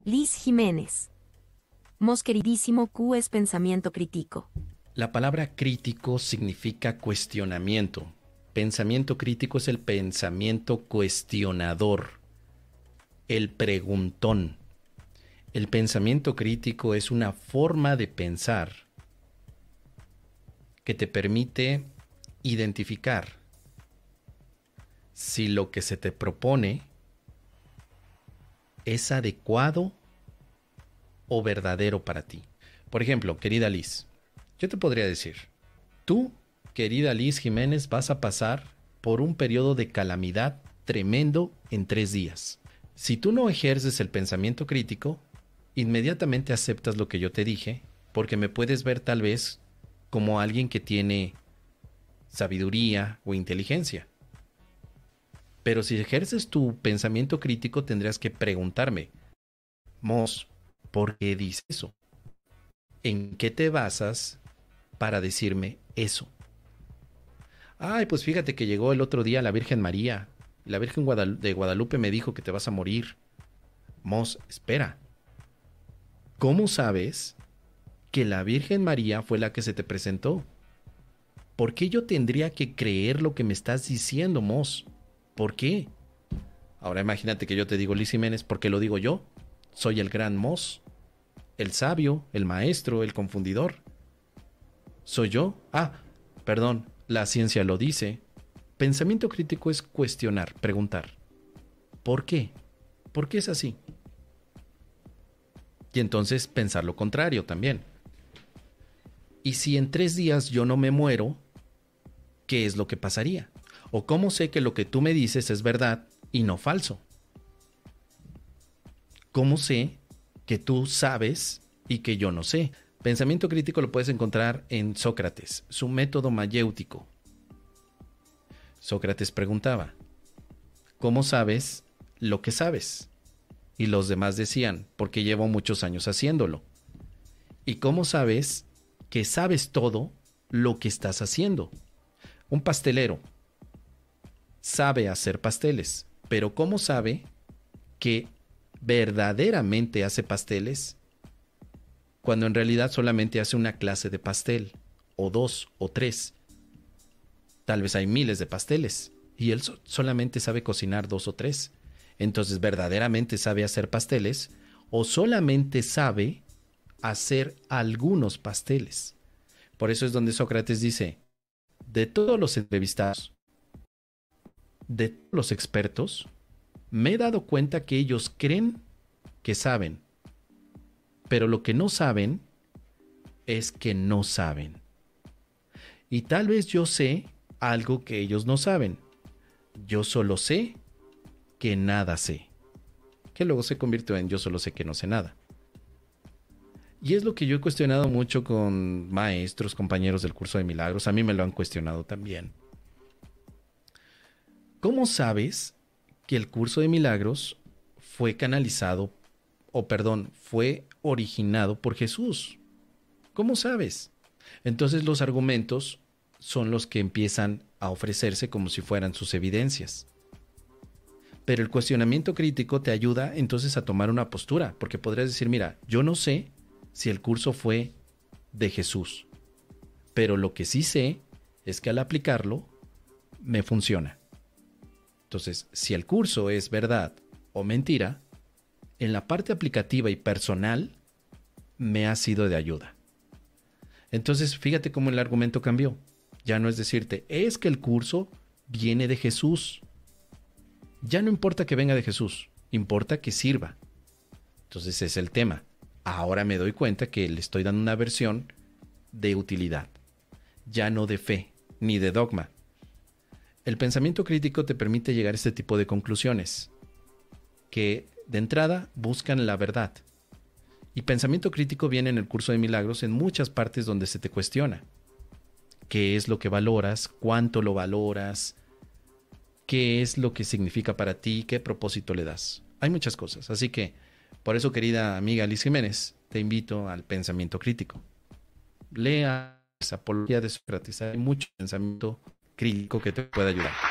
Liz Jiménez. Mos queridísimo, Q es pensamiento crítico. La palabra crítico significa cuestionamiento. Pensamiento crítico es el pensamiento cuestionador, el preguntón. El pensamiento crítico es una forma de pensar que te permite identificar si lo que se te propone es adecuado o verdadero para ti. Por ejemplo, querida Liz, yo te podría decir, tú, querida Liz Jiménez, vas a pasar por un periodo de calamidad tremendo en 3 días. Si tú no ejerces el pensamiento crítico, inmediatamente aceptas lo que yo te dije, porque me puedes ver tal vez como alguien que tiene sabiduría o inteligencia. Pero si ejerces tu pensamiento crítico, tendrás que preguntarme, Mos, ¿por qué dices eso? ¿En qué te basas para decirme eso? Ay, pues fíjate que llegó el otro día la Virgen María. La Virgen de Guadalupe me dijo que te vas a morir. Mos, espera. ¿Cómo sabes que la Virgen María fue la que se te presentó? ¿Por qué yo tendría que creer lo que me estás diciendo, Mos? ¿Por qué? Ahora imagínate que yo te digo, Liz Jiménez, ¿por qué lo digo yo? Soy el gran Mos, el sabio, el maestro, el confundidor. ¿Soy yo? Ah, perdón, la ciencia lo dice. Pensamiento crítico es cuestionar, preguntar. ¿Por qué? ¿Por qué es así? Y entonces pensar lo contrario también. ¿Y si en 3 días yo no me muero, qué es lo que pasaría? ¿O cómo sé que lo que tú me dices es verdad y no falso? ¿Cómo sé que tú sabes y que yo no sé? Pensamiento crítico lo puedes encontrar en Sócrates, su método mayéutico. Sócrates preguntaba, ¿cómo sabes lo que sabes? Y los demás decían, porque llevo muchos años haciéndolo. ¿Y cómo sabes que sabes todo lo que estás haciendo? Un pastelero sabe hacer pasteles, pero ¿cómo sabe que verdaderamente hace pasteles cuando en realidad solamente hace una clase de pastel, o 2 o 3? Tal vez hay miles de pasteles y él solamente sabe cocinar 2 o 3. Entonces, ¿verdaderamente sabe hacer pasteles o solamente sabe hacer algunos pasteles? Por eso es donde Sócrates dice, de todos los entrevistados, de todos los expertos, me he dado cuenta que ellos creen que saben, pero lo que no saben es que no saben. Y tal vez yo sé algo que ellos no saben. Yo solo sé que nada sé. Que luego se convirtió en yo solo sé que no sé nada. Y es lo que yo he cuestionado mucho con maestros, compañeros del curso de milagros. A mí me lo han cuestionado también. ¿Cómo sabes que el curso de milagros fue canalizado, fue originado por Jesús? ¿Cómo sabes? Entonces los argumentos son los que empiezan a ofrecerse como si fueran sus evidencias. Pero el cuestionamiento crítico te ayuda entonces a tomar una postura, porque podrías decir, mira, yo no sé si el curso fue de Jesús, pero lo que sí sé es que al aplicarlo me funciona. Entonces, si el curso es verdad o mentira, en la parte aplicativa y personal me ha sido de ayuda. Entonces, fíjate cómo el argumento cambió. Ya no es decirte, es que el curso viene de Jesús. Ya no importa que venga de Jesús, importa que sirva. Entonces ese es el tema. Ahora me doy cuenta que le estoy dando una versión de utilidad, ya no de fe, ni de dogma. El pensamiento crítico te permite llegar a este tipo de conclusiones, que de entrada buscan la verdad. Y pensamiento crítico viene en el curso de milagros en muchas partes donde se te cuestiona. ¿Qué es lo que valoras? ¿Cuánto lo valoras? ¿Qué es lo que significa para ti? ¿Qué propósito le das? Hay muchas cosas. Así que, por eso, querida amiga Liz Jiménez, te invito al pensamiento crítico. Lea esa Apología de Sócrates. Hay mucho pensamiento crítico que te puede ayudar.